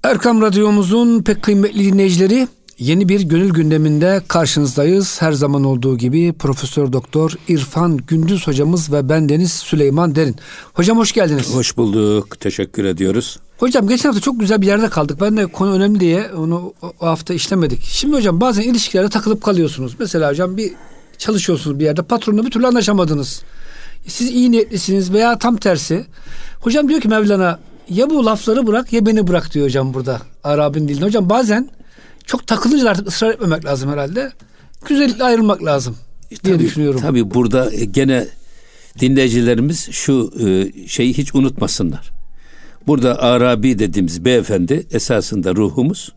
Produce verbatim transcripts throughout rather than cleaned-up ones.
Erkam Radyomuzun pek kıymetli dinleyicileri, yeni bir gönül gündeminde karşınızdayız. Her zaman olduğu gibi Profesör Doktor İrfan Gündüz hocamız ve bendeniz Süleyman Derin. Hocam hoş geldiniz. Hoş bulduk. Teşekkür ediyoruz. Hocam geçen hafta çok güzel bir yerde kaldık. Ben de konu önemli diye onu o hafta işlemedik. Şimdi hocam bazen ilişkilerde takılıp kalıyorsunuz. Mesela hocam bir çalışıyorsunuz bir yerde, patronla bir türlü anlaşamadınız. Siz iyi niyetlisiniz veya tam tersi. Hocam diyor ki Mevlana, ya bu lafları bırak ya beni bırak diyor hocam burada Arabi'nin dilinde. Hocam bazen çok takılınca artık ısrar etmemek lazım herhalde. Güzellikle ayrılmak lazım diye tabii, düşünüyorum. Tabii burada gene dinleyicilerimiz şu şeyi hiç unutmasınlar. Burada Arabi dediğimiz beyefendi esasında ruhumuz.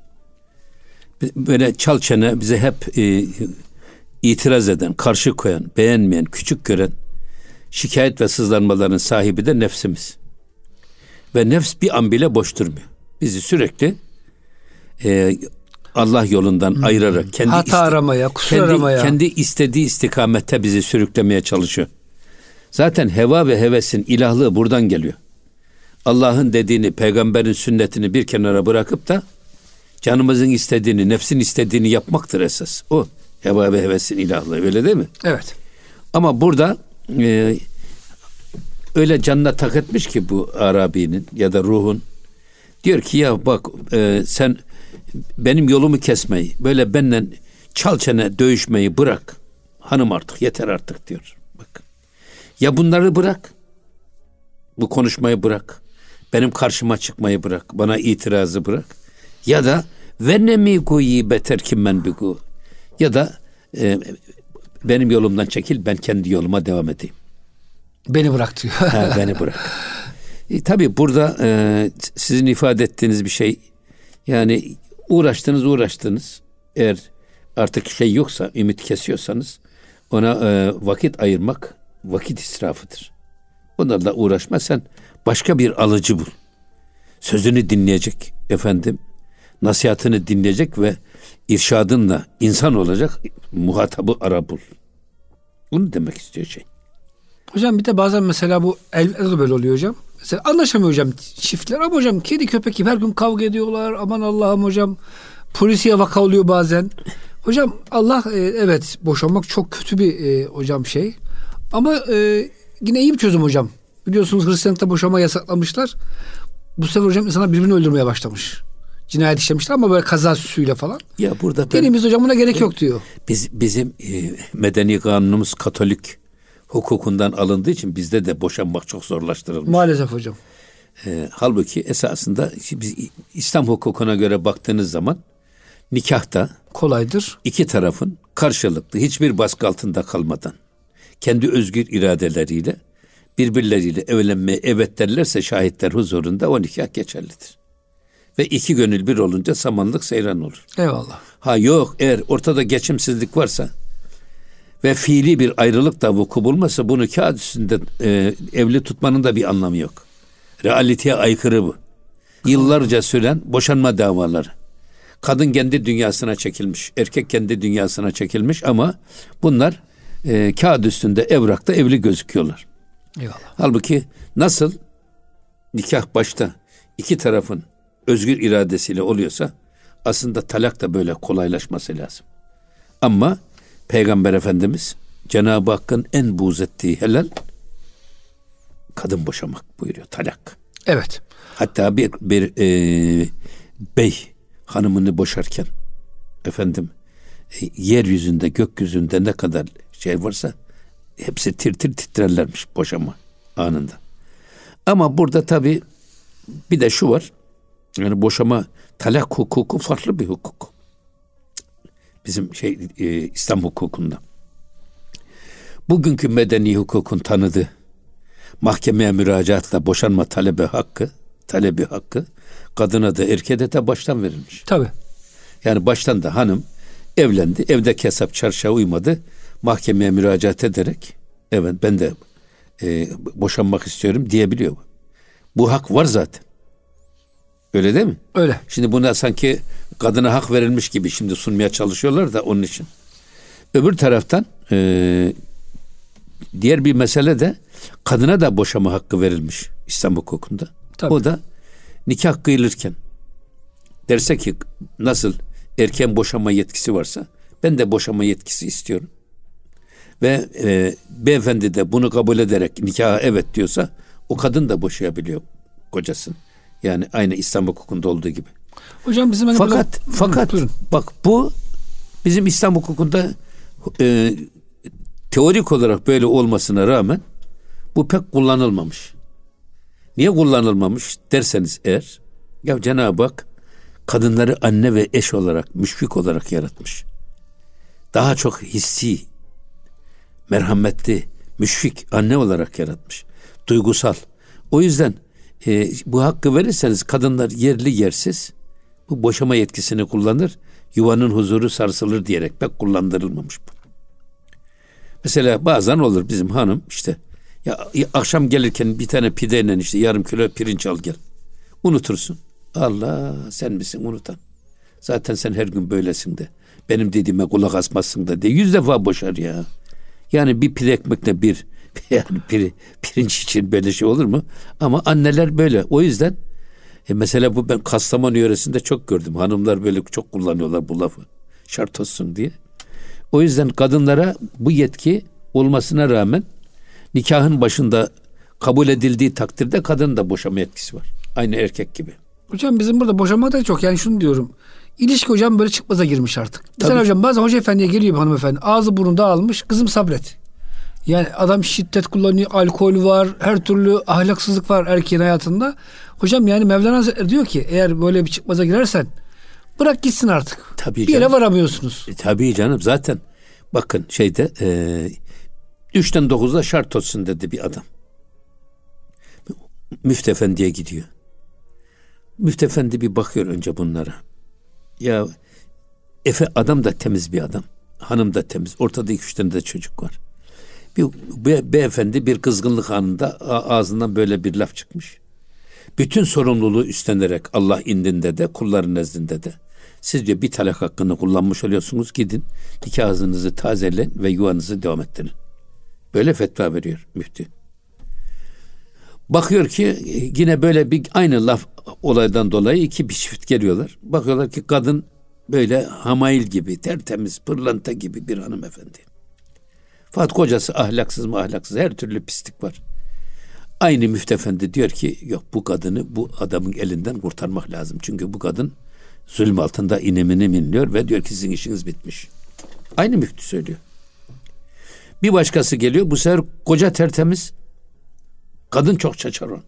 Böyle çal çene bize hep e, itiraz eden, karşı koyan, beğenmeyen, küçük gören, şikayet ve sızlanmaların sahibi de nefsimiz. Ve nefs bir an bile boş durmuyor. Bizi sürekli e, Allah yolundan hmm. ayırarak kendi hata iste- aramaya, kusur kendi, aramaya, kendi istediği istikamette bizi sürüklemeye çalışıyor. Zaten heva ve hevesin ilahlığı buradan geliyor. Allah'ın dediğini, peygamberin sünnetini bir kenara bırakıp da canımızın istediğini, nefsin istediğini yapmaktır esas. O heva ve hevesin ilahlığı, öyle değil mi? Evet. Ama burada e, öyle canına tak etmiş ki bu Arabi'nin ya da ruhun, diyor ki ya bak e, sen benim yolumu kesmeyi, böyle benimle çal çene dövüşmeyi bırak. Hanım artık yeter artık diyor. Bak. Ya bunları bırak. Bu konuşmayı bırak. Benim karşıma çıkmayı bırak. Bana itirazı bırak. Ya da ve ne mi guyi beter kimmen bigu. Ya da e, benim yolumdan çekil, ben kendi yoluma devam edeyim. Beni bırak diyor. Ha, beni bırak. E, tabii burada e, sizin ifade ettiğiniz bir şey, yani uğraştınız uğraştınız. Eğer artık şey yoksa, ümit kesiyorsanız ona e, vakit ayırmak vakit israfıdır. Onlarla uğraşma, sen başka bir alıcı bul. Sözünü dinleyecek efendim, nasihatını dinleyecek ve irşadınla insan olacak muhatabı ara bul. Bunu demek istiyor şey. Hocam bir de bazen mesela bu evlerde böyle oluyor hocam. Mesela anlaşamıyor hocam çiftler, ama hocam kedi köpek gibi her gün kavga ediyorlar. Aman Allah'ım hocam, polisiye vaka oluyor bazen. Hocam Allah e, evet boşanmak çok kötü bir e, hocam şey. Ama e, yine iyi bir çözüm hocam. Biliyorsunuz Hristiyanlıkta boşanma yasaklamışlar. Bu sefer hocam insanlar birbirini öldürmeye başlamış. Cinayet işlemişler ama böyle kaza süsüyle falan. Ya burada dinimiz hocam buna gerek yok diyor. Biz bizim e, medeni kanunumuz Katolik hukukundan alındığı için bizde de boşanmak çok zorlaştırılmış. Maalesef hocam. E, halbuki esasında biz İslam hukukuna göre baktığınız zaman nikahta kolaydır. İki tarafın karşılıklı, hiçbir baskı altında kalmadan kendi özgür iradeleriyle birbirleriyle evlenmeye evet derlerse şahitler huzurunda o nikah geçerlidir. Ve iki gönül bir olunca samanlık seyran olur. Eyvallah. Ha yok, eğer ortada geçimsizlik varsa ve fiili bir ayrılık da vuku bulmasa, bunu kağıt üstünde e, evli tutmanın da bir anlamı yok. Realiteye aykırı bu. Yıllarca süren boşanma davaları. Kadın kendi dünyasına çekilmiş, erkek kendi dünyasına çekilmiş ama bunlar e, kağıt üstünde, evrakta evli gözüküyorlar. Eyvallah. Halbuki nasıl nikah başta iki tarafın özgür iradesiyle oluyorsa, aslında talak da böyle kolaylaşması lazım. Ama Peygamber Efendimiz Cenab-ı Hakk'ın en buğz ettiği helal kadın boşamak buyuruyor, talak. Evet. Hatta bir bir e, bey hanımını boşarken efendim e, yeryüzünde, gökyüzünde ne kadar şey varsa hepsi tir tir titrerlermiş boşama anında. Ama burada tabii bir de şu var. Yani boşama, talak hukuku farklı bir hukuk. Bizim şey e, İslam hukukunda. Bugünkü medeni hukukun tanıdığı mahkemeye müracaatla boşanma talebi hakkı, talebi hakkı kadına da erkeğe de baştan verilmiş. Tabii. Yani baştan da hanım evlendi, evdeki hesap çarşıya uymadı, mahkemeye müracaat ederek evet ben de e, boşanmak istiyorum diyebiliyor. Bu hak var zaten. Öyle değil mi? Öyle. Şimdi buna sanki kadına hak verilmiş gibi şimdi sunmaya çalışıyorlar da onun için. Öbür taraftan e, diğer bir mesele de kadına da boşama hakkı verilmiş İslam hukukunda. Tabii. O da nikah kıyılırken Derse ki nasıl erken boşanma yetkisi varsa ben de boşanma yetkisi istiyorum. Ve e, beyefendi de bunu kabul ederek nikaha evet diyorsa o kadın da boşayabiliyor kocasını. Yani aynı İslam hukukunda olduğu gibi. Hocam bizim hani fakat burada... fakat Buyurun. Bak bu bizim İslam hukukunda e, teorik olarak böyle olmasına rağmen bu pek kullanılmamış. Niye kullanılmamış derseniz eğer, ya Cenab-ı Hak kadınları anne ve eş olarak, müşfik olarak yaratmış. Daha çok hissi, merhametli, müşfik anne olarak yaratmış. Duygusal. O yüzden e, bu hakkı verirseniz kadınlar yerli yersiz bu boşama yetkisini kullanır. Yuvanın huzuru sarsılır diyerek pek kullandırılmamış bu. Mesela bazen olur bizim hanım işte ya, ya akşam gelirken bir tane pideyle işte yarım kilo pirinç al gel. Unutursun. Allah sen misin unutan? Zaten sen her gün böylesin de. Benim dediğime kulak asmazsın da diye yüz defa boşar ya. Yani bir pide ekmekle bir yani pir, pirinç için böyle şey olur mu? Ama anneler böyle. O yüzden e mesela bu ben Kastamonu yöresinde çok gördüm. Hanımlar böyle çok kullanıyorlar bu lafı. Şart olsun diye. O yüzden kadınlara bu yetki olmasına rağmen nikahın başında kabul edildiği takdirde kadının da boşama yetkisi var. Aynı erkek gibi. Hocam bizim burada boşanma da çok. Yani şunu diyorum. İlişki hocam böyle çıkmaza girmiş artık. Mesela Tabii. hocam bazen hoca efendiye geliyor bir hanımefendi. Ağzı burnu dağılmış. Kızım sabret. Yani adam şiddet kullanıyor. Alkol var. Her türlü ahlaksızlık var erkeğin hayatında. Hocam yani Mevlana Hazretleri diyor ki eğer böyle bir çıkmaza girersen bırak gitsin artık. Tabii bir yere canım. varamıyorsunuz. E, tabii canım zaten bakın şeyde e, üçten dokuzda şart olsun dedi bir adam. Müftefendiye gidiyor. Müftefendi bir bakıyor önce bunlara. Ya Efe adam da temiz bir adam. Hanım da temiz. Ortada iki üç tane de çocuk var. Bir be, beyefendi bir kızgınlık anında ağzından böyle bir laf çıkmış. Bütün sorumluluğu üstlenerek Allah indinde de kulların nezdinde de siz diyor bir talak hakkını kullanmış oluyorsunuz. Gidin nikahınızı tazeleyin ve yuvanızı devam ettirin. Böyle fetva veriyor müftü. Bakıyor ki yine böyle bir aynı laf olaydan dolayı iki bir çift geliyorlar. Bakıyorlar ki kadın böyle hamail gibi, tertemiz, pırlanta gibi bir hanımefendi. Fakat kocası ahlaksız mı ahlaksız her türlü pislik var. Aynı müftefendi diyor ki yok bu kadını bu adamın elinden kurtarmak lazım. Çünkü bu kadın zulüm altında inimini minliyor ve diyor ki sizin işiniz bitmiş. Aynı müftü söylüyor. Bir başkası geliyor bu sefer koca tertemiz, kadın çok çaçaron.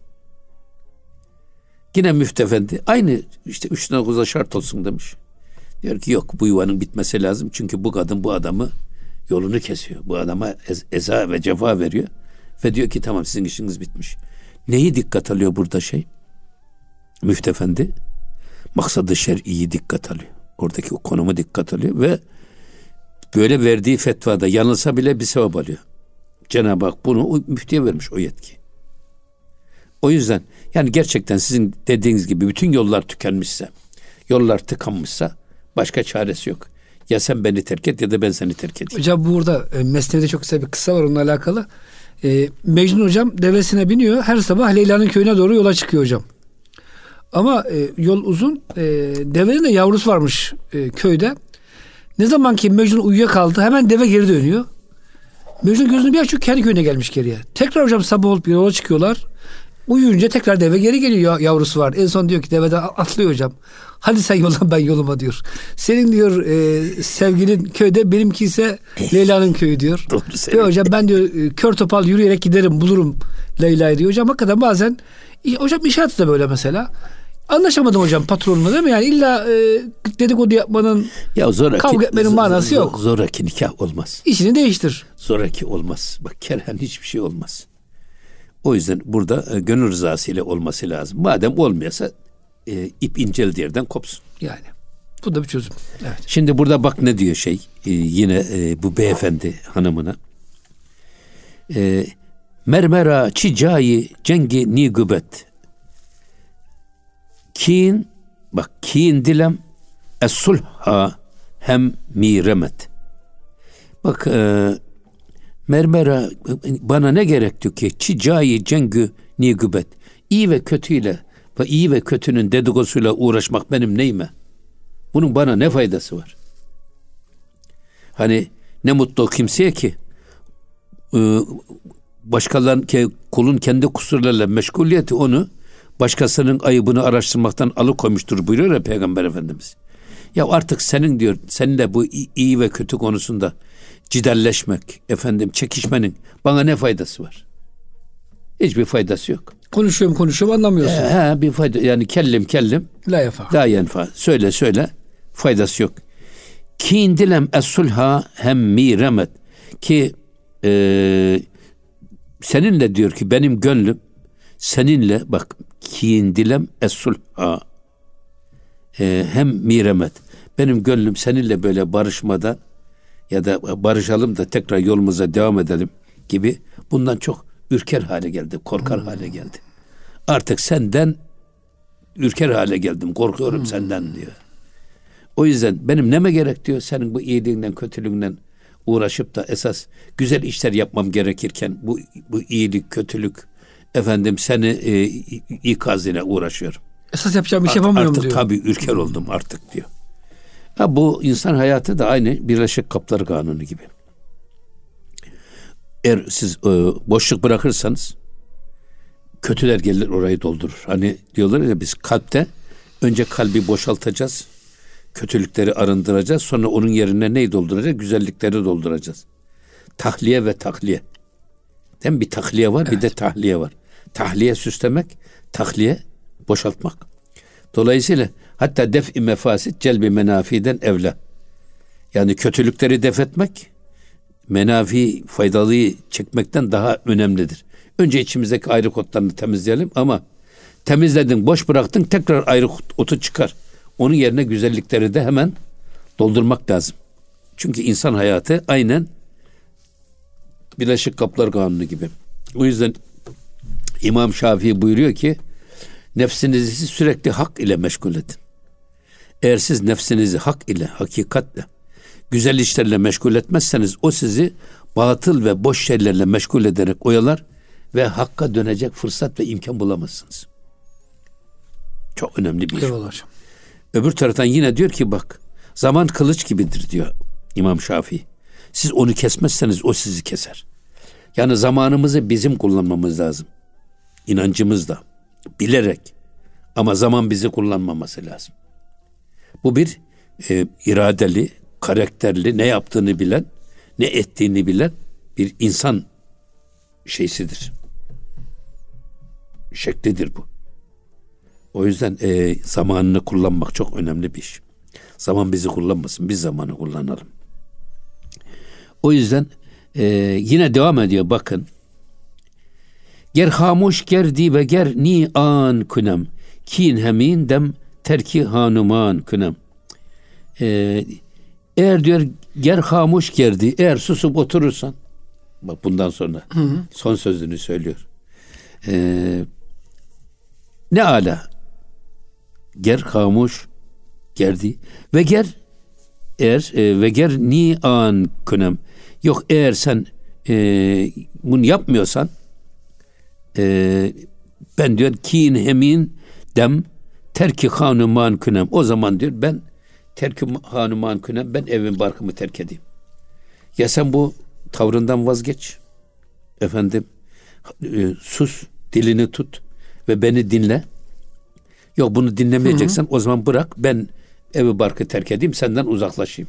Yine müftefendi aynı işte üç dokuza şart olsun demiş. Diyor ki yok bu yuvanın bitmesi lazım. Çünkü bu kadın bu adamı yolunu kesiyor. Bu adama ez, eza ve cefa veriyor. Ve diyor ki tamam sizin işiniz bitmiş. Neyi dikkat alıyor burada şey? Müftefendi maksadı şer'iyi dikkat alıyor. Oradaki o konumu dikkat alıyor ve böyle verdiği fetvada yanılsa bile bir sevap alıyor. Cenab-ı Hak bunu o müftüye vermiş o yetki. O yüzden yani gerçekten sizin dediğiniz gibi bütün yollar tükenmişse, yollar tıkanmışsa başka çaresi yok. Ya sen beni terk et ya da ben seni terk edeyim. Hocam burada e, Mesnevi'de çok güzel bir kıssa var onunla alakalı. E, Mecnun hocam devesine biniyor. Her sabah Leyla'nın köyüne doğru yola çıkıyor hocam. Ama e, yol uzun. E, devenin de yavrusu varmış e, köyde. Ne zaman ki Mecnun uyuyakaldı hemen deve geri dönüyor. Mecnun gözünü bir açıyor kendi köyüne gelmiş geriye. Tekrar hocam sabah olup bir yola çıkıyorlar. Uyuyunca tekrar deve geri geliyor yavrusu var. En son diyor ki deveden atlıyor hocam. Hadi sen yoldan ben yoluma diyor. Senin diyor e, sevgilin köyde benimki ise Leyla'nın köyü diyor. Doğru ve hocam ben diyor kör topal yürüyerek giderim bulurum Leyla'yı diyor. Hocam hakikaten bazen hocam inşaatı da böyle mesela. Anlaşamadım hocam patronla değil mi? Yani illa e, dedikodu yapmanın ya zoraki, kavga etmenin manası yok. Zoraki nikah olmaz. İşini değiştir. Zoraki olmaz. Bak kerhen hiçbir şey olmaz. O yüzden burada e, gönül rızası ile olması lazım. Madem olmuyorsa e, ip inceldiği yerden kopsun. Yani bu da bir çözüm. Evet. Şimdi burada bak ne diyor şey e, yine e, bu beyefendi hanımına. E, mermera çicayi cengi ni gıbet. Kin bak kin dilem es-sulha hem miremet. Bak e, mermera bana ne gerek diyor ki çicayi cengü ni gıbet. İyi ve kötüyle Ve iyi ve kötünün dedikodusuyla uğraşmak benim neyime? Bunun bana ne faydası var? Hani ne mutlu o kimseye ki başkalarının, kulun kendi kusurlarıyla meşguliyeti onu başkasının ayıbını araştırmaktan alıkoymuştur buyuruyor ya Peygamber Efendimiz. Ya artık senin diyor, seninle bu iyi ve kötü konusunda cidalleşmek, efendim çekişmenin bana ne faydası var? Hiçbir faydası yok. Konuşuyorum konuşuyorum anlamıyorsun. Ee, he, bir fayda, yani kellim kellim la yafa. La yenfa. Söyle söyle faydası yok. Kin dilem es-sulha hem miremet ki e, seninle diyor ki benim gönlüm seninle bak kin dilem es-sulha e, hem miremet benim gönlüm seninle böyle barışmadan ya da barışalım da tekrar yolumuza devam edelim gibi bundan çok ürker hale geldi, korkar hmm. hale geldi. Artık senden ürker hale geldim, korkuyorum hmm. senden diyor. O yüzden benim neme gerek diyor, senin bu iyiliğinden, kötülüğünden uğraşıp da esas güzel işler yapmam gerekirken bu bu iyilik, kötülük efendim seni e, ikaz ile uğraşıyorum. Esas yapacağım bir şey Art, yapamıyorum artık diyor. Tabii ürker oldum artık diyor. Ha, bu insan hayatı da aynı Birleşik Kaplar Kanunu gibi. Eğer siz e, boşluk bırakırsanız kötüler gelir orayı doldurur. Hani diyorlar ya biz kalpte önce kalbi boşaltacağız. Kötülükleri arındıracağız. Sonra onun yerine neyi dolduracağız? Güzellikleri dolduracağız. Tahliye ve takliye. Değil mi? Bir takliye var, evet. Bir de tahliye var. Tahliye süslemek, tahliye boşaltmak. Dolayısıyla hatta def-i mefasit celbi menafiden evla. Yani kötülükleri def etmek menafi, faydalıyı çekmekten daha önemlidir. Önce içimizdeki ayrık otlarını temizleyelim ama temizledin, boş bıraktın, tekrar ayrık otu çıkar. Onun yerine güzellikleri de hemen doldurmak lazım. Çünkü insan hayatı aynen Birleşik Kaplar Kanunu gibi. O yüzden İmam Şafii buyuruyor ki nefsinizi sürekli hak ile meşgul edin. Eğer siz nefsinizi hak ile, hakikatle, güzel işlerle meşgul etmezseniz o sizi batıl ve boş şeylerle meşgul ederek oyalar ve hakka dönecek fırsat ve imkan bulamazsınız. Çok önemli bir iş. Eyvallah. Öbür taraftan yine diyor ki bak zaman kılıç gibidir diyor İmam Şafii. Siz onu kesmezseniz o sizi keser. Yani zamanımızı bizim kullanmamız lazım. İnancımızla, bilerek ama zaman bizi kullanmaması lazım. Bu bir e, iradeli, karakterli, ne yaptığını bilen, ne ettiğini bilen bir insan şeysidir. Şeklidir bu. O yüzden e, zamanını kullanmak çok önemli bir iş. Zaman bizi kullanmasın, biz zamanı kullanalım. O yüzden e, yine devam ediyor bakın. Ger hamuş gerdi ve ger ni an kunem kin hemin dem terki hanuman kunem. E, eğer diyor ger hamuş gerdi, eğer susup oturursan, bak bundan sonra hı hı. son sözünü söylüyor. E, ne ala ger hamuş gerdi ve ger eğer e, ve ger ni an kunem, yok eğer sen e, bunu yapmıyorsan e, ben diyor kin hemin dem terki hanuman kunem, o zaman diyor ben terki hanuman kunem, ben evin barkımı terk edeyim. Ya sen bu tavrından vazgeç efendim, e, sus, dilini tut ve beni dinle. Yok bunu dinlemeyeceksen hı hı. o zaman bırak, ben evi barkı terk edeyim, senden uzaklaşayım.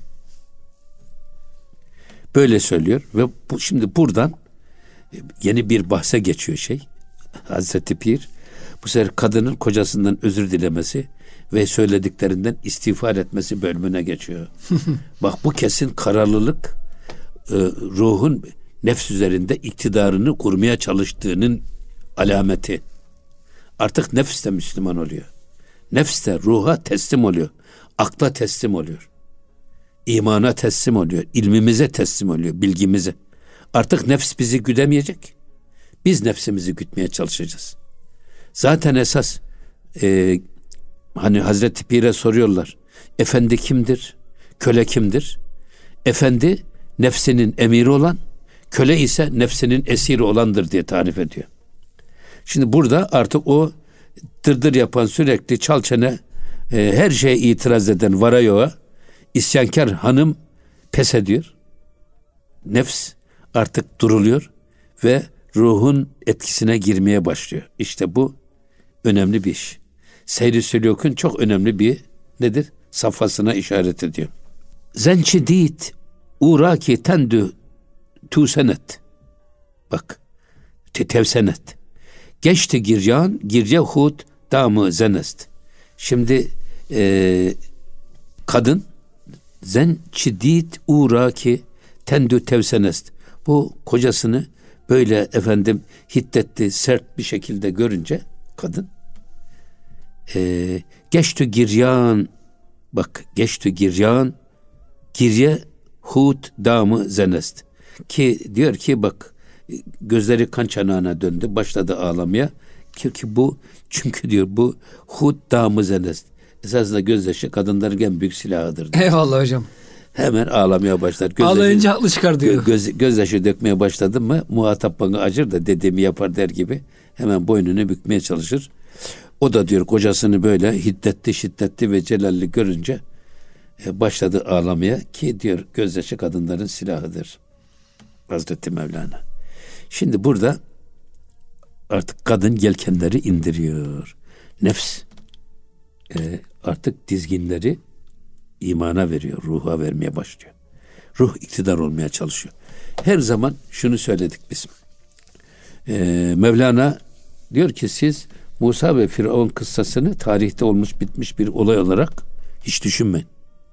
Böyle söylüyor ve bu, şimdi buradan yeni bir bahse geçiyor şey. Hazreti Pir bu sefer kadının kocasından özür dilemesi ve söylediklerinden istiğfar etmesi bölümüne geçiyor. Bak bu kesin kararlılık e, ruhun nefs üzerinde iktidarını kurmaya çalıştığının alameti. Artık nefs de Müslüman oluyor. Nefs de ruha teslim oluyor. Akla teslim oluyor. İmana teslim oluyor. İlmimize teslim oluyor. Bilgimize. Artık nefs bizi güdemeyecek. Biz nefsimizi gütmeye çalışacağız. Zaten esas e, hani Hazreti Pir'e soruyorlar. Efendi kimdir? Köle kimdir? Efendi nefsinin emiri olan, köle ise nefsinin esiri olandır diye tarif ediyor. Şimdi burada artık o dırdır yapan, sürekli çal çene, e, her şeye itiraz eden varayoğa, isyankar hanım pes ediyor. Nefs artık duruluyor ve ruhun etkisine girmeye başlıyor. İşte bu önemli bir iş. Seyr-i sülûkün çok önemli bir nedir? Safhasına işaret ediyor. Zençidit uğraki tendü tüsenet. Bak. Tevsenet. Geçti giryan, girce hud damı zenest. Şimdi e, kadın zençidit uğraki tendü tevsenest. Bu kocasını böyle efendim hiddetli, sert bir şekilde görünce kadın e, geçtü giryan, bak geçtü giryan, girye hud damı zenest. Ki diyor ki bak gözleri kan çanağına döndü, başladı ağlamaya. Ki, ki bu çünkü diyor bu hud damı zenest. Esasında gözyaşı kadınların en büyük silahıdır diyor. Eyvallah hocam. Hemen ağlamaya başlar. Gözyaşı, ağlayınca haklı çıkar diyor. Göz, gözyaşı dökmeye başladı mı muhatap bana acır da dediğimi yapar der gibi hemen boynunu bükmeye çalışır. O da diyor kocasını böyle hiddetli, şiddetli ve celalli görünce e, başladı ağlamaya ki diyor gözyaşı kadınların silahıdır. Hazreti Mevlana. Şimdi burada artık kadın yelkenleri indiriyor. Nefs e, artık dizginleri imana veriyor, ruha vermeye başlıyor. Ruh iktidar olmaya çalışıyor. Her zaman şunu söyledik biz. Ee, Mevlana diyor ki siz Musa ve Firavun kıssasını tarihte olmuş bitmiş bir olay olarak hiç düşünmeyin.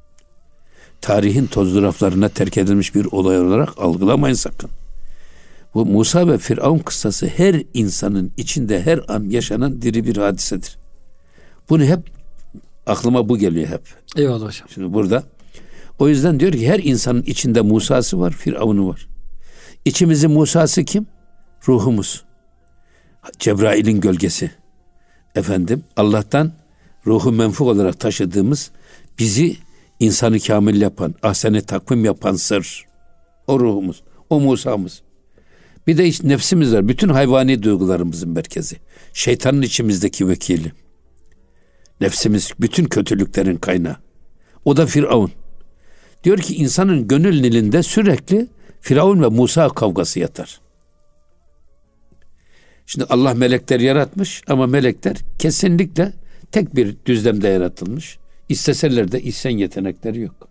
Tarihin tozlu raflarına terk edilmiş bir olay olarak algılamayın sakın. Bu Musa ve Firavun kıssası her insanın içinde her an yaşanan diri bir hadisedir. Bunu hep aklıma bu geliyor hep. Eyvallah hocam. Şimdi burada o yüzden diyor ki her insanın içinde Musa'sı var, Firavun'u var. İçimizin Musa'sı kim? Ruhumuz. Cebrail'in gölgesi. Efendim Allah'tan ruhu menfuk olarak taşıdığımız, bizi insanı kamil yapan, ahsen-i takvim yapan sır. O ruhumuz, o Musa'mız. Bir de işte nefsimiz var. Bütün hayvani duygularımızın merkezi. Şeytanın içimizdeki vekili. Nefsimiz bütün kötülüklerin kaynağı. O da Firavun. Diyor ki insanın gönül nilinde sürekli Firavun ve Musa kavgası yatar. Şimdi Allah melekler yaratmış ama melekler kesinlikle tek bir düzlemde yaratılmış. İsteseler de isyan yetenekleri yok.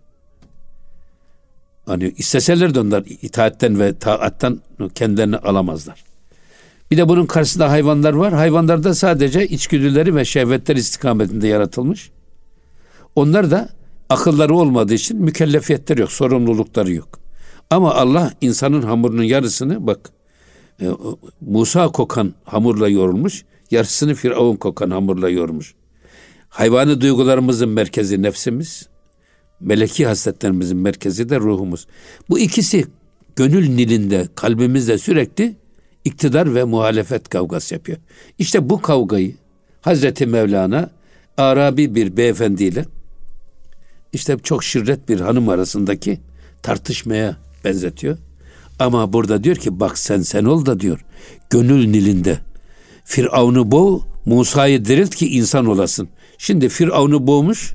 Hani isteseler de onlar itaatten ve taattan kendilerini alamazlar. Bir de bunun karşısında hayvanlar var. Hayvanlar da sadece içgüdüleri ve şehvetler istikametinde yaratılmış. Onlar da akılları olmadığı için mükellefiyetleri yok, sorumlulukları yok. Ama Allah insanın hamurunun yarısını bak e, Musa kokan hamurla yoğrulmuş, yarısını Firavun kokan hamurla yoğrulmuş. Hayvani duygularımızın merkezi nefsimiz, meleki hasletlerimizin merkezi de ruhumuz. Bu ikisi gönül nilinde, kalbimizde sürekli iktidar ve muhalefet kavgası yapıyor. İşte bu kavgayı Hazreti Mevlana Arabi bir beyefendiyle işte çok şirret bir hanım arasındaki tartışmaya benzetiyor. Ama burada diyor ki bak sen sen ol da diyor gönül nilinde Firavun'u boğ, Musa'yı dirilt ki insan olasın. Şimdi Firavun'u boğmuş,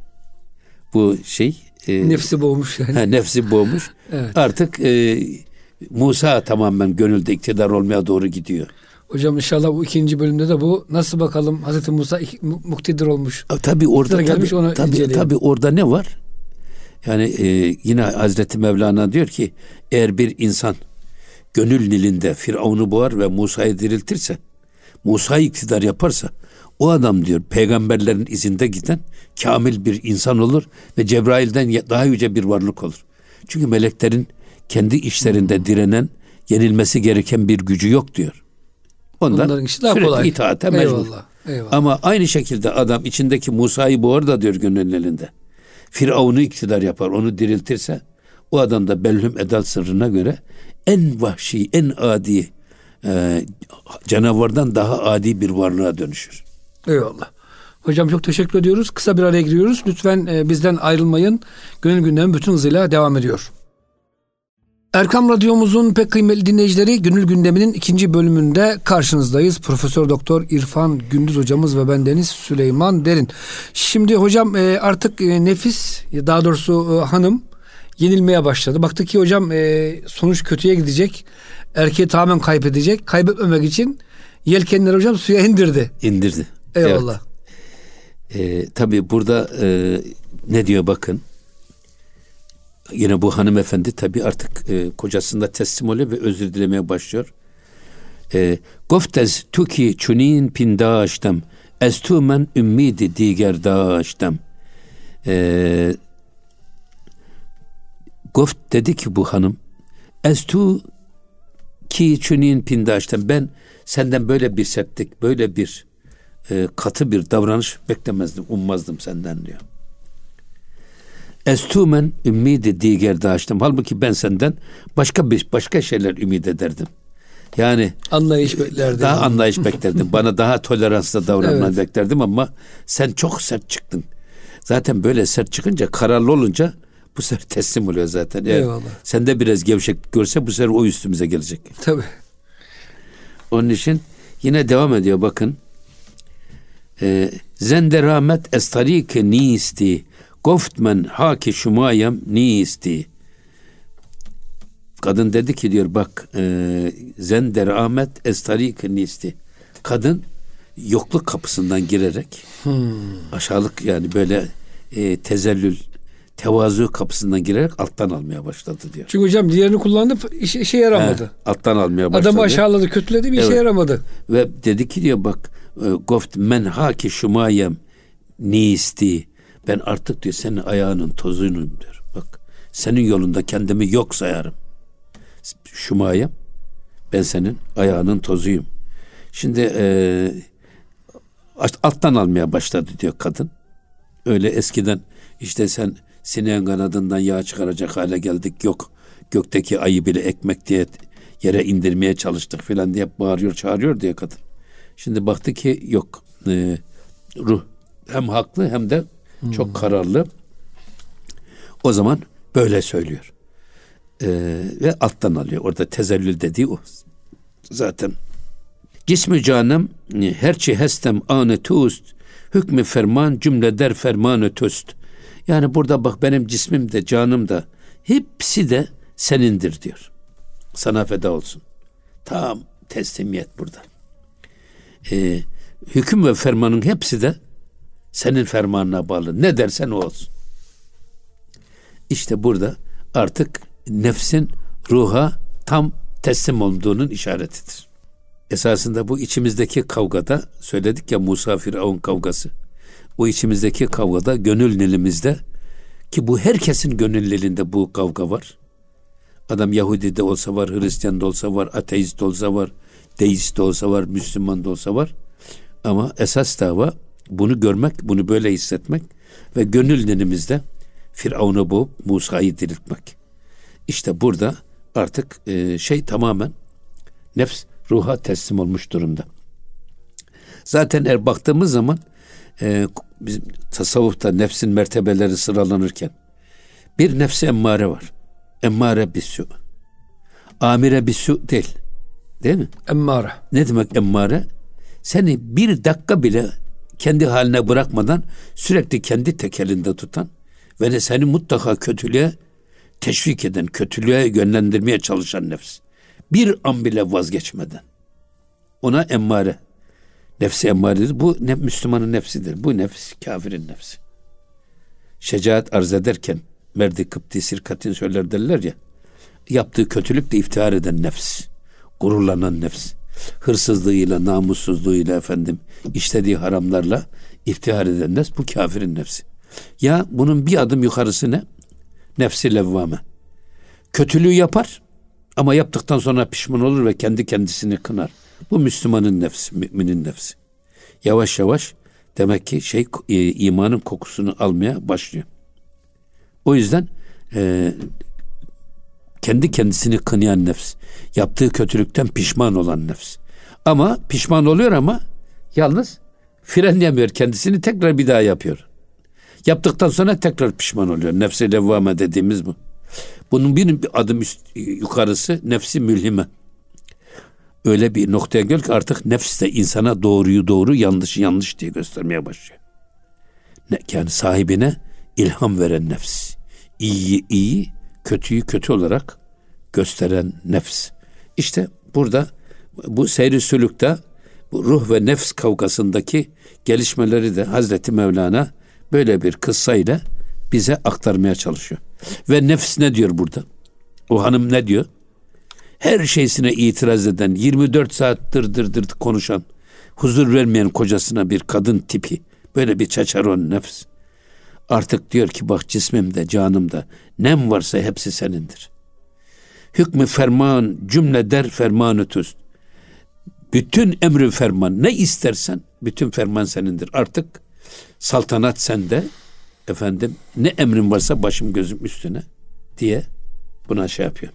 bu şey e, nefsi boğmuş yani. He, nefsi boğmuş. Evet. Artık e, Musa tamamen gönülde iktidar olmaya doğru gidiyor. Hocam inşallah bu ikinci bölümde de bu nasıl bakalım Hazreti Musa muktedir olmuş. Tabii orada gelmiş, tabii, tabii, tabii orada ne var? Yani e, yine Hazreti Mevlana diyor ki eğer bir insan gönül nilinde Firavun'u boğar ve Musa'yı diriltirse, Musa'yı iktidar yaparsa o adam diyor peygamberlerin izinde giden kamil bir insan olur ve Cebrail'den daha yüce bir varlık olur. Çünkü meleklerin kendi işlerinde direnen, yenilmesi gereken bir gücü yok diyor. Ondan sürekli kolay. itaate mecbur. Eyvallah, eyvallah. Ama aynı şekilde adam içindeki Musa'yı boğar da diyor gönlünün elinde. Firavun'u iktidar yapar, onu diriltirse o adam da Bellhum Edal sırrına göre en vahşi, en adi e, canavardan daha adi bir varlığa dönüşür. Eyvallah. Hocam çok teşekkür ediyoruz. Kısa bir araya giriyoruz. Lütfen e, bizden ayrılmayın. Gönül gündemi bütün hızıyla devam ediyor. Erkam Radyomuzun pek kıymetli dinleyicileri, Gönül Gündemi'nin ikinci bölümünde karşınızdayız. Profesör Doktor İrfan Gündüz hocamız ve bendeniz Süleyman Derin. Şimdi hocam artık nefis, daha doğrusu hanım yenilmeye başladı. Baktık ki hocam sonuç kötüye gidecek. Erkeği tamamen kaybedecek. Kaybetmemek için yelkenleri hocam suya indirdi. İndirdi. Eyvallah. Evet. Ee, tabii burada e, ne diyor bakın. Yine bu hanımefendi tabii artık e, kocasında teslim oluyor ve özür dilemeye başlıyor. E, Goftez tuki çunin pindaştem ez tu men ümmidi diger daştem. E, Goft dedi ki bu hanım, ez tu ki çunin pindaştem, ben senden böyle bir sertlik, böyle bir e, katı bir davranış beklemezdim, ummazdım senden diyor. Estumen ümmidi diğer daştım. Halbuki ben senden başka bir başka şeyler ümit ederdim. Yani anlayış beklerdim. Daha anlayış beklerdim. Bana daha toleransla davranmanı evet. beklerdim ama sen çok sert çıktın. Zaten böyle sert çıkınca, kararlı olunca bu sefer teslim oluyor zaten. Eğer eyvallah. Sende biraz gevşek görse bu sefer o üstümüze gelecek. Tabii. Onun için yine devam ediyor bakın. Ee, Zende rahmet estarike nisti Goft men haki şumayem nisti. Kadın dedi ki diyor bak e, zender ahmet estarik nisti. Kadın yokluk kapısından girerek hmm. aşağılık yani böyle e, tezellül, tevazu kapısından girerek alttan almaya başladı diyor. Çünkü hocam diğerini kullandı, işe, işe yaramadı. He, alttan almaya başladı. Adamı aşağıladı, kötüledi, bir evet. işe yaramadı. Ve dedi ki diyor bak Goft men haki şumayem nisti. Ben artık diyor senin ayağının tozuyum diyor. Bak senin yolunda kendimi yok sayarım. Şumayem, ben senin ayağının tozuyum. Şimdi e, alttan almaya başladı diyor kadın. Öyle eskiden işte sen sineğin kanadından yağ çıkaracak hale geldik. Yok gökteki ayı bile ekmek diye yere indirmeye çalıştık filan diye bağırıyor çağırıyor diye kadın. Şimdi baktı ki yok e, ruh hem haklı hem de çok hmm. kararlı. O zaman böyle söylüyor. Ee, ve alttan alıyor. Orada tezellül dediği o. Zaten cismi canım herçi hestem ane tust hükmü ferman cümle der fermanı töst. Yani burada bak benim cismim de canım da hepsi de senindir diyor. Sana feda olsun. Tam teslimiyet burada. Ee, hüküm ve fermanın hepsi de senin fermanına bağlı. Ne dersen o olsun. İşte burada artık nefsin ruha tam teslim olduğunun işaretidir. Esasında bu içimizdeki kavgada söyledik ya Musa Firavun kavgası. O içimizdeki kavgada gönül nilimizde ki bu herkesin gönül nilinde bu kavga var. Adam Yahudi de olsa var, Hristiyan da olsa var, ateist de olsa var, deist de olsa var, Müslüman da olsa var. Ama esas dava bunu görmek, bunu böyle hissetmek ve gönül nilimizde Firavun'u boğup Musa'yı diriltmek. İşte burada artık e, şey tamamen nefs ruha teslim olmuş durumda. Zaten eğer baktığımız zaman e, bizim tasavvufta nefsin mertebeleri sıralanırken bir nefs-i emmare var. Emmare bis-su. Amire bis-su değil. Değil mi? Emmare. Ne demek emmare? Seni bir dakika bile kendi haline bırakmadan sürekli kendi tekelinde tutan ve seni mutlaka kötülüğe teşvik eden, kötülüğe yönlendirmeye çalışan nefs. Bir an bile vazgeçmeden. Ona emmare. Nefsi emmaredir. Bu ne, Müslümanın nefsidir. Bu nefs kafirin nefsi. Şecaat arz ederken merdi kıpti sirkatin söyler derler ya. Yaptığı kötülükle iftihar eden nefs. Gururlanan nefs. Hırsızlığıyla, namussuzluğuyla efendim işlediği haramlarla iftihar eden nefs. Bu kafirin nefsi. Ya bunun bir adım yukarısı ne? Nefsi levvame. Kötülüğü yapar ama yaptıktan sonra pişman olur ve kendi kendisini kınar. Bu Müslümanın nefsi, müminin nefsi. Yavaş yavaş demek ki şey e, imanın kokusunu almaya başlıyor. O yüzden e, kendi kendisini kınayan nefs, yaptığı kötülükten pişman olan nefs. Ama pişman oluyor ama yalnız frenleyemiyor kendisini, tekrar bir daha yapıyor. Yaptıktan sonra tekrar pişman oluyor. Nefs-i levvame dediğimiz bu. Bunun bir adım üst, yukarısı nefsi mülhime. Öyle bir noktaya gel ki artık nefs de insana doğruyu doğru, yanlışı yanlış diye göstermeye başlıyor. Ne, yani sahibine ilham veren nefs. İyiyi iyi, kötüyü kötü olarak gösteren nefs. İşte burada bu seyr-i sülükte bu ruh ve nefs kavgasındaki gelişmeleri de Hazreti Mevlana böyle bir kıssayla bize aktarmaya çalışıyor. Ve nefs ne diyor burada? O hanım ne diyor? Her şeysine itiraz eden, yirmi dört saat dır dır dır konuşan, huzur vermeyen kocasına bir kadın tipi, böyle bir çaçaron nefs. Artık diyor ki bak cismimde, canımda nem varsa hepsi senindir. Hükmü ferman cümle der fermanı tüst. Bütün emri ferman ne istersen bütün ferman senindir. Artık saltanat sende, efendim ne emrin varsa başım gözüm üstüne diye buna şey yapıyor.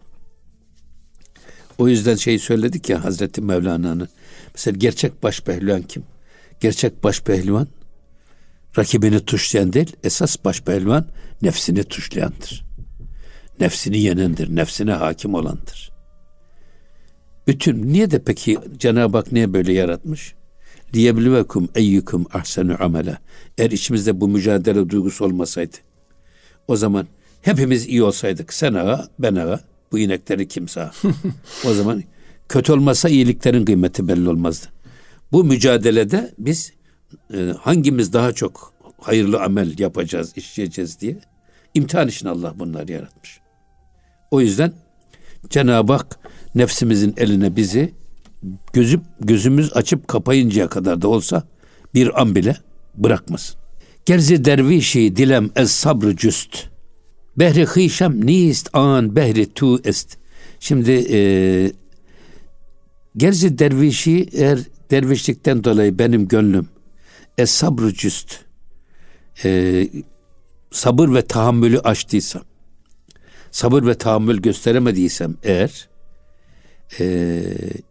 O yüzden şey söyledik ya Hazreti Mevlana'nın. Mesela gerçek baş pehlivan kim? Gerçek baş pehlivan rakibini tuşlayan değil, esas baş pehlivan nefsini tuşlayandır. Nefsini yenendir, nefsine hakim olandır. Bütün, niye de peki Cenab-ı Hak niye böyle yaratmış? لِيَبْلُوَكُمْ اَيُّكُمْ اَحْسَنُ عَمَلًا. Eğer içimizde bu mücadele duygusu olmasaydı, o zaman hepimiz iyi olsaydık, sen ağa, ben ağa, bu inekleri kim sağ? O zaman kötü olmasa iyiliklerin kıymeti belli olmazdı. Bu mücadelede biz e, hangimiz daha çok hayırlı amel yapacağız, işleyeceğiz diye imtihan için Allah bunları yaratmış. O yüzden Cenab-ı Hak nefsimizin eline bizi gözüp gözümüz açıp kapayıncaya kadar da olsa bir an bile bırakmasın. Gerzi dervişi dilem ez sabrı cüst. Behri hişem nist an behri tu est. Şimdi e, gerzi dervişi eğer dervişlikten dolayı benim gönlüm ez sabrı cüst. E, sabır ve tahammülü aştıysam, sabır ve tahammül gösteremediysem eğer e,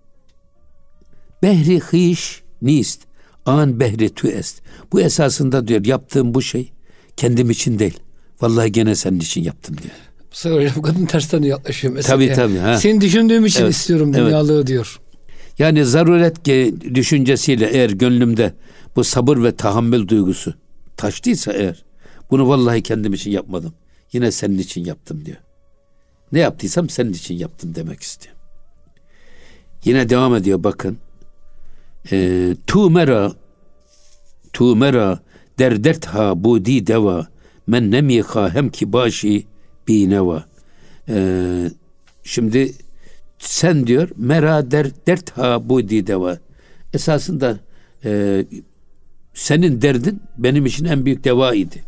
behri hiş nist an behri tu est. Bu esasında diyor yaptığım bu şey kendim için değil. Vallahi gene senin için yaptım diyor. Bu sefer hocam kadın tersten yaklaşıyor mesela. Tabii tabii. Ha. Seni düşündüğüm için evet, istiyorum dünyalığı evet. diyor. Yani zaruret düşüncesiyle eğer gönlümde bu sabır ve tahammül duygusu taştıysa eğer bunu vallahi kendim için yapmadım. Yine senin için yaptım diyor. Ne yaptıysam senin için yaptım demek istiyor. Yine devam ediyor bakın. E, tu mera tu mera der dert ha budi deva men nemi khahem ki başı bineva. Ee, şimdi sen diyor mera der dert ha budi deva. Esasında e, senin derdin benim için en büyük deva idi.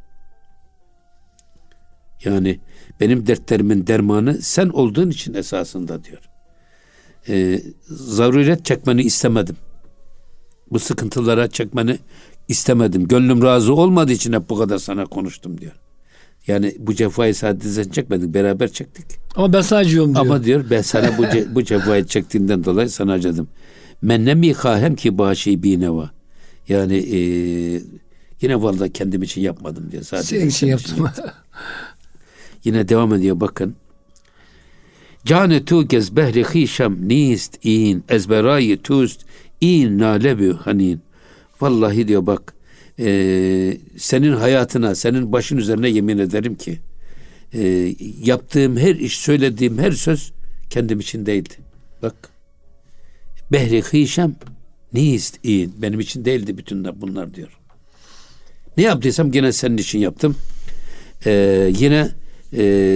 Yani benim dertlerimin dermanı sen olduğun için esasında diyor. Ee, zaruret çekmeni istemedim. Bu sıkıntılara çekmeni istemedim. Gönlüm razı olmadığı için hep bu kadar sana konuştum diyor. Yani bu cefayı sadece sen çekmedin, beraber çektik. Ama ben sana acıyorum diyor. Ama diyor ben sana bu ce, bu cefayı çektiğinden dolayı sana acıdım. Men ne mi kahem ki başı bineva. Yani e, yine vallahi kendim için yapmadım diyor. Sadece senin için yaptım. yaptım. Yine devam ediyor bakın. Cane tu gez behri hişem nist in ezberayı tust in nalebu hanin. Vallahi diyor bak e, senin hayatına, senin başın üzerine yemin ederim ki e, yaptığım her iş, söylediğim her söz kendim için değildi. Bak behri hişem nist in benim için değildi bütün bunlar diyor. Ne yaptıysam gene senin için yaptım. E, yine e,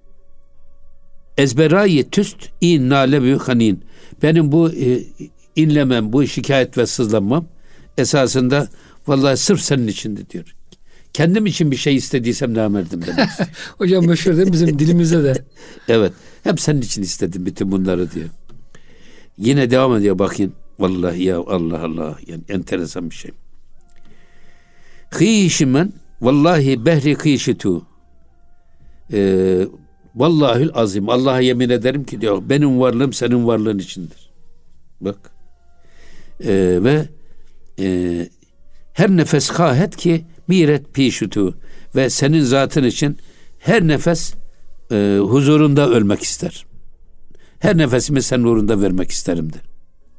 ezberayı tüst in nalebu hanin. Benim bu e, inlemem, bu şikayet ve sızlanmam esasında vallahi sırf senin içindi diyor. Kendim için bir şey istediysem namerdim demek. Hocam meşhur değil mi bizim dilimizde de? Evet. Hep senin için istedim bütün bunları diyor. Yine devam ediyor bakın. Vallahi ya Allah Allah. Yani enteresan bir şey. Hişimen vallahi behri hişitu. Ee, vallahül azim. Allah'a yemin ederim ki diyor benim varlığım senin varlığın içindir. Bak. Ee, ve e, her nefes kahet ki miret pişutu ve senin zatın için her nefes e, huzurunda ölmek ister. Her nefesimi senin uğrunda vermek isterim der.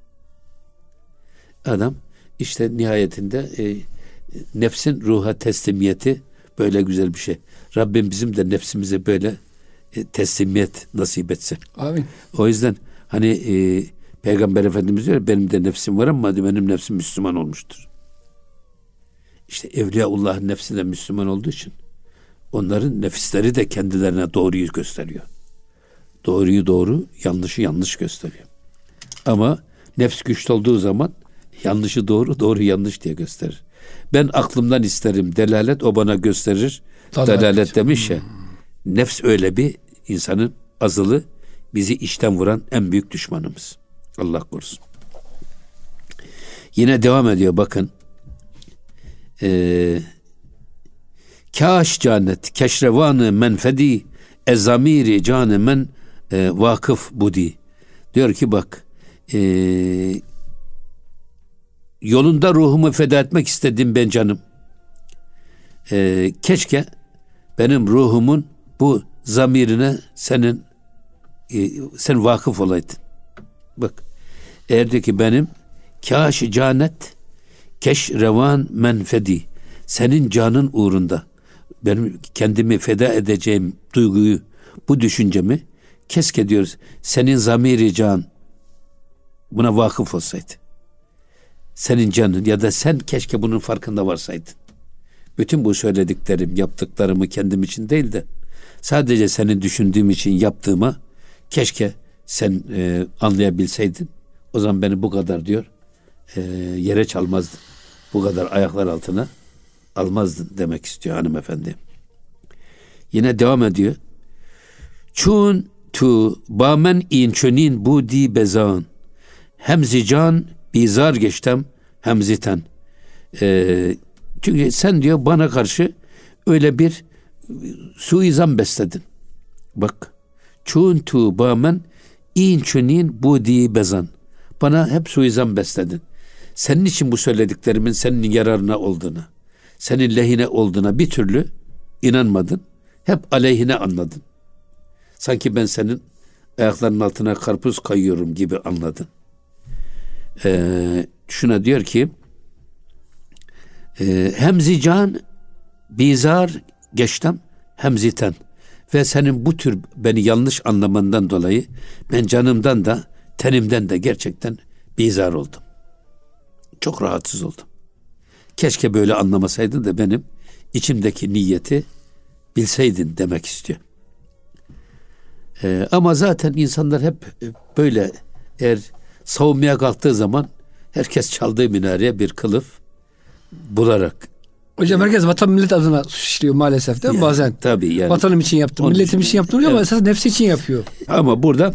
Adam işte nihayetinde e, nefsin ruha teslimiyeti böyle güzel bir şey. Rabbim bizim de nefsimize böyle e, teslimiyet nasip etsin. Amin. O yüzden hani e, Peygamber Efendimiz diyor, benim de nefsim var ama benim nefsim Müslüman olmuştur. İşte Evliyaullah'ın nefsi de Müslüman olduğu için onların nefisleri de kendilerine doğruyu gösteriyor. Doğruyu doğru, yanlışı yanlış gösteriyor. Ama nefs güçlü olduğu zaman yanlışı doğru, doğru yanlış diye gösterir. Ben aklımdan isterim delalet, o bana gösterir dalalet, dalalet demiş ya. Hmm. Nefs öyle bir insanın azılı, bizi içten vuran en büyük düşmanımız. Allah korusun. Yine devam ediyor bakın. Ee, Kâş canet, keşrevanı menfedi, ezamiri canı men e, vakıf budi. Diyor ki bak, e, yolunda ruhumu feda etmek istedim ben canım. E, keşke benim ruhumun bu zamirine senin e, sen vakıf olaydın. Bak, eğer diyor ki benim kâş canet, keşrevan menfedi, senin canın uğrunda benim kendimi feda edeceğim duyguyu, bu düşüncemi keşke diyoruz senin zamiri can buna vakıf olsaydı. Senin canın ya da sen keşke bunun farkında varsaydın. Bütün bu söylediklerim, yaptıklarımı kendim için değil de sadece senin düşündüğüm için yaptığıma keşke sen e, anlayabilseydin. O zaman beni bu kadar diyor e, yere çalmazdın. Bu kadar ayaklar altına almazdın demek istiyor hanımefendi. Yine devam ediyor. Çun tu bamen in çönin budi bezan hemzi can bizar geçtem hemziten. Ee, çünkü sen diyor bana karşı öyle bir suizan besledin. Bak. Çun tu bamen in çönin budi bezan. Bana hep suizan besledin. Senin için bu söylediklerimin senin yararına olduğuna, senin lehine olduğuna bir türlü inanmadın. Hep aleyhine anladın. Sanki ben senin ayaklarının altına karpuz kayıyorum gibi anladın. Ee, şuna diyor ki e, hemzi can bizar geçtem hemziten, ve senin bu tür beni yanlış anlamandan dolayı ben canımdan da tenimden de gerçekten bizar oldum. Çok rahatsız oldum. Keşke böyle anlamasaydın da benim içimdeki niyeti bilseydin demek istiyor. Ee, ama zaten insanlar hep böyle, eğer savunmaya kalktığı zaman herkes çaldığı minareye bir kılıf bularak. Hocam herkes vatan millet adına suç işliyor maalesef değil mi yani, bazen? Tabii yani. Vatanım için yaptım, milletim için yaptım diyor, evet. Ama esas nefsi için yapıyor. Ama burada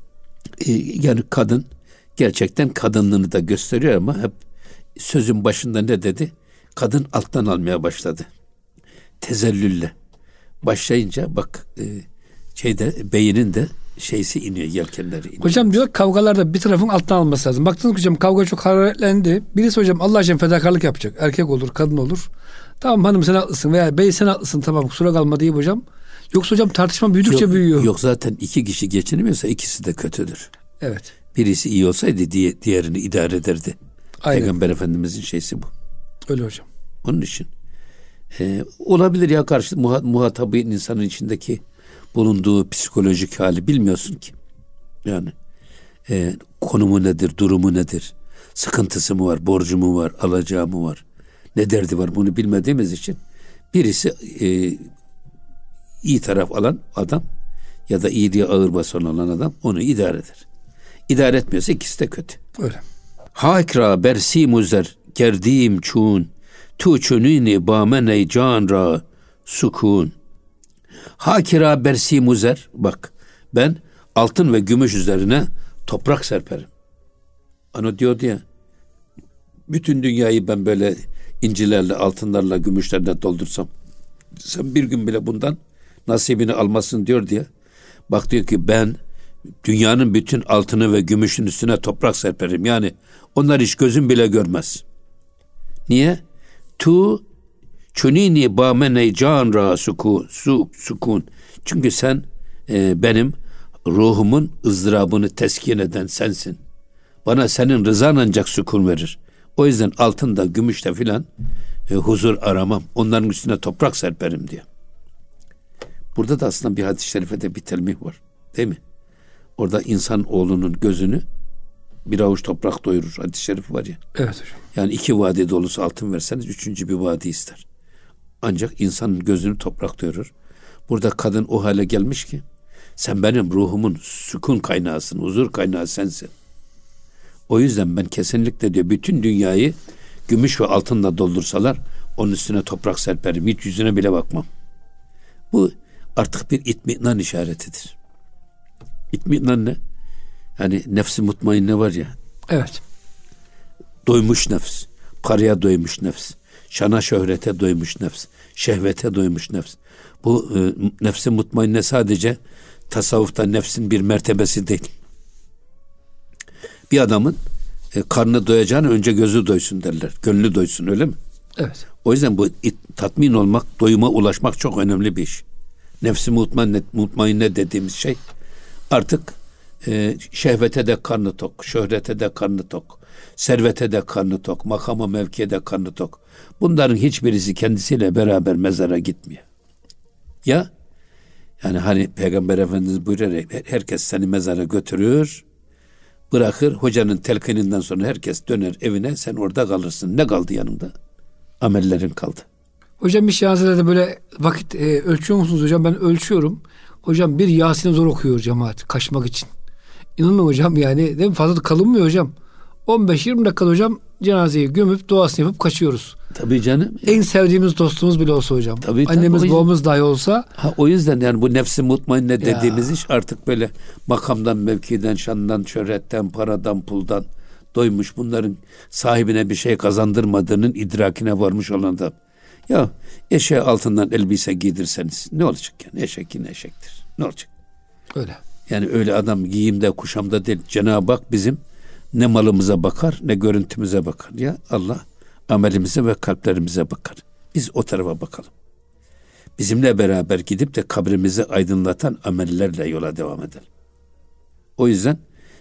e, yani kadın gerçekten kadınlığını da gösteriyor ama hep sözün başında ne dedi? Kadın alttan almaya başladı. Tezellülle başlayınca bak e, şeyde beynin de şeysi iniyor, yelkenleri iniyor. Hocam diyor kavgalarda bir tarafın alttan alması lazım. Baktınız hocam kavga çok hararetlendi. Birisi hocam Allah için fedakarlık yapacak. Erkek olur, kadın olur. Tamam hanım sen haklısın veya bey sen haklısın, tamam kusura kalma deyip hocam. Yoksa hocam tartışma büyüdükçe yok, büyüyor. Yok zaten iki kişi geçinemiyorsa ikisi de kötüdür. Evet. Birisi iyi olsaydı diye diğerini idare ederdi. Aynen. Peygamber Efendimizin şeysi bu. Öyle hocam. Onun için e, olabilir ya, karşı muha, muhatabı insanın içindeki bulunduğu psikolojik hali bilmiyorsun ki. Yani e, konumu nedir, durumu nedir, sıkıntısı mı var, borcu mu var, alacağı mı var, ne derdi var, bunu bilmediğimiz için birisi e, iyi taraf alan adam ya da iyi diye ağır basan olan adam onu idare eder. İdare etmiyorsa ikisi de kötü. Öyle. Hakra bersi muzer gerdim çun tu çunini bameney can ra sukun. Hakira bersi muzer, bak ben altın ve gümüş üzerine toprak serperim. Ano diyordu ya, bütün dünyayı ben böyle incilerle, altınlarla, gümüşlerle doldursam sen bir gün bile bundan nasibini almasın diyor diye. Bak diyor ki ben dünyanın bütün altını ve gümüşün üstüne toprak serperim. Yani onlar hiç gözüm bile görmez. Niye? Tu çunini bameney can ra sukun, su, sukun. Çünkü sen e, benim ruhumun ızdırabını teskin eden sensin. Bana senin rızan ancak sükun verir. O yüzden altında, gümüşte filan e, huzur aramam. Onların üstüne toprak serperim diye. Burada da aslında bir hadis-i şerifede bir telmih var. Değil mi? Orada insan oğlunun gözünü bir avuç toprak doyurur. Hadis-i şerif var ya. Evet hocam. Yani iki vadi dolusu altın verseniz üçüncü bir vadi ister. Ancak insanın gözünü toprak doyurur. Burada kadın o hale gelmiş ki sen benim ruhumun sükun kaynağısın, huzur kaynağı sensin. O yüzden ben kesinlikle diyor bütün dünyayı gümüş ve altınla doldursalar onun üstüne toprak serperim. Hiç yüzüne bile bakmam. Bu artık bir itminan işaretidir. İtminan ne? Yani nefsi mutmainne var ya. Evet. Doymuş nefs. Paraya doymuş nefs. Şana şöhrete doymuş nefs. Şehvete doymuş nefs. Bu e, nefsi mutmainne sadece tasavvufta nefsin bir mertebesi değil. Bir adamın e, karnı doyacağına önce gözü doysun derler. Gönlü doysun, öyle mi? Evet. O yüzden bu it, tatmin olmak, doyuma ulaşmak çok önemli bir iş. Nefsi mutmainne, mutmainne dediğimiz şey artık e, şehvete de karnı tok, şöhrete de karnı tok, servete de karnı tok, makama mevkiye de karnı tok. Bunların hiçbirisi kendisiyle beraber mezara gitmiyor. Ya yani hani Peygamber Efendimiz buyuruyor, herkes seni mezara götürür, bırakır, hocanın telkininden sonra herkes döner evine, sen orada kalırsın. Ne kaldı yanında? Amellerin kaldı. Hocam bir şahsiyede böyle vakit e, ölçüyor musunuz hocam? Ben ölçüyorum. Hocam bir Yasin'i zor okuyor cemaat kaçmak için. İnanın hocam yani değil mi? Fazla da kalınmıyor hocam. on beş yirmi dakika hocam cenazeyi gömüp duasını yapıp kaçıyoruz. Tabii canım. En sevdiğimiz dostumuz bile olsa hocam. Tabii, tabii. Annemiz yüzden, babamız dahi olsa. Ha, o yüzden yani bu nefsi mutmainne ya. dediğimiz iş artık böyle makamdan, mevkiden, şandan, şöhretten, paradan, puldan doymuş, bunların sahibine bir şey kazandırmadığının idrakine varmış olan da. Ya eşeğe altından elbise giydirseniz ne olacak yani? Eşek yine eşektir. Ne olacak? Öyle. Yani öyle adam giyimde, kuşamda değil. Cenab-ı Hak bizim ne malımıza bakar, ne görüntümüze bakar. Ya Allah amelimize ve kalplerimize bakar. Biz o tarafa bakalım. Bizimle beraber gidip de kabrimizi aydınlatan amellerle yola devam edelim. O yüzden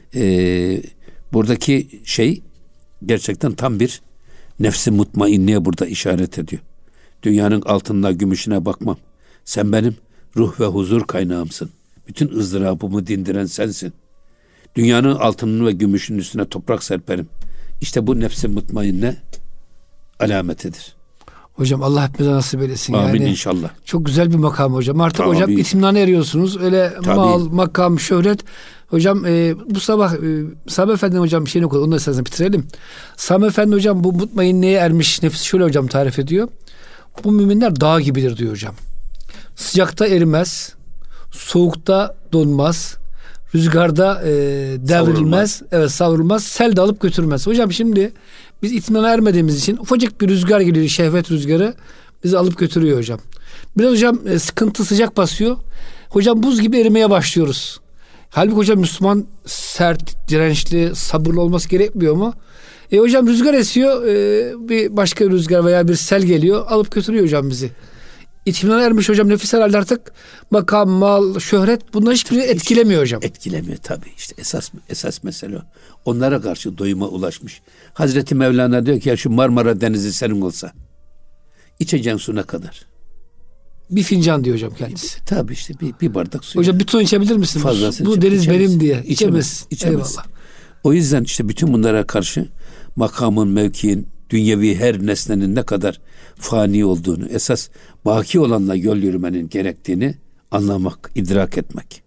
e, buradaki şey gerçekten tam bir nefsi mutmainneye burada işaret ediyor. Dünyanın altınına, gümüşüne bakmam. Sen benim ruh ve huzur kaynağımsın. Bütün ızdırabımı dindiren sensin. Dünyanın altınının ve gümüşünün üstüne toprak serperim. İşte bu nefsi mutmainne alametidir. Hocam Allah hepimize nasip eylesin. Amin yani, inşallah. Çok güzel bir makam hocam. Artık Tabii. hocam itimnana eriyorsunuz. Öyle Tabii. mal, makam, şöhret. Hocam e, bu sabah e, Sami Efendi hocam bir şeyini okudu. Onu da esasında bitirelim. Sami Efendi hocam bu mutmainneye ermiş nefsi şöyle hocam tarif ediyor. Bu müminler dağ gibidir diyor hocam. Sıcakta erimez, soğukta donmaz, rüzgarda e, devrilmez, savrulmaz. evet savrulmaz, sel de alıp götürmez. Hocam şimdi biz itmana ermediğimiz için ufacık bir rüzgar geliyor, şehvet rüzgarı bizi alıp götürüyor hocam. Biraz hocam e, sıkıntı sıcak basıyor. Hocam buz gibi erimeye başlıyoruz. Halbuki hocam Müslüman sert, dirençli, sabırlı olması gerekmiyor mu? E hocam rüzgar esiyor, e, bir başka rüzgar veya bir sel geliyor, alıp götürüyor hocam bizi. İtminana ermiş hocam nefis herhalde artık makam, mal, şöhret bunlar hiçbirini etkilemiyor hocam. Etkilemiyor tabii, işte esas esas mesele o. Onlara karşı doyuma ulaşmış. Hazreti Mevlana diyor ki ya şu Marmara Denizi senin olsa içeceğin su ne kadar? Bir fincan diyor hocam kendisi. E, tabii işte bir, bir bardak su. Hocam yani. bir ton içebilir misin? Fazlasını bu deniz içemez. benim diye. İçemez. İçemez. Eyvallah. O yüzden işte bütün bunlara karşı makamın, mevkiin, dünyevi her nesnenin ne kadar fani olduğunu, esas baki olanla yol yürümenin gerektiğini anlamak, idrak etmek.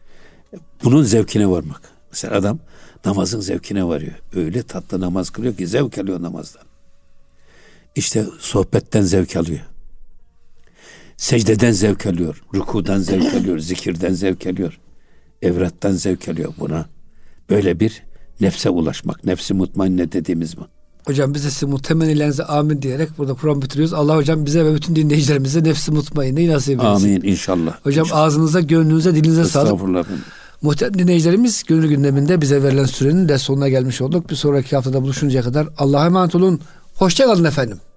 Bunun zevkine varmak. Mesela adam namazın zevkine varıyor. Öyle tatlı namaz kılıyor ki zevk alıyor namazdan. İşte sohbetten zevk alıyor. Secdeden zevk alıyor. Rükudan zevk alıyor. Zikirden zevk alıyor. Evrattan zevk alıyor. Buna böyle bir nefse ulaşmak. Nefsi mutmainne dediğimiz bu. Hocam biz de size muhtemellenze amin diyerek burada Kur'an bitiriyoruz. Allah hocam bize ve bütün dinleyicilerimize nefsi mutmainneyi nasip eylesin. Amin inşallah. Hocam inşallah. Ağzınıza, gönlünüze, dilinize sağlık. Estağfurullah. Muhterem dinleyicilerimiz, gönül gündeminde bize verilen sürenin de sonuna gelmiş olduk. Bir sonraki haftada buluşuncaya kadar Allah'a emanet olun. Hoşça kalın efendim.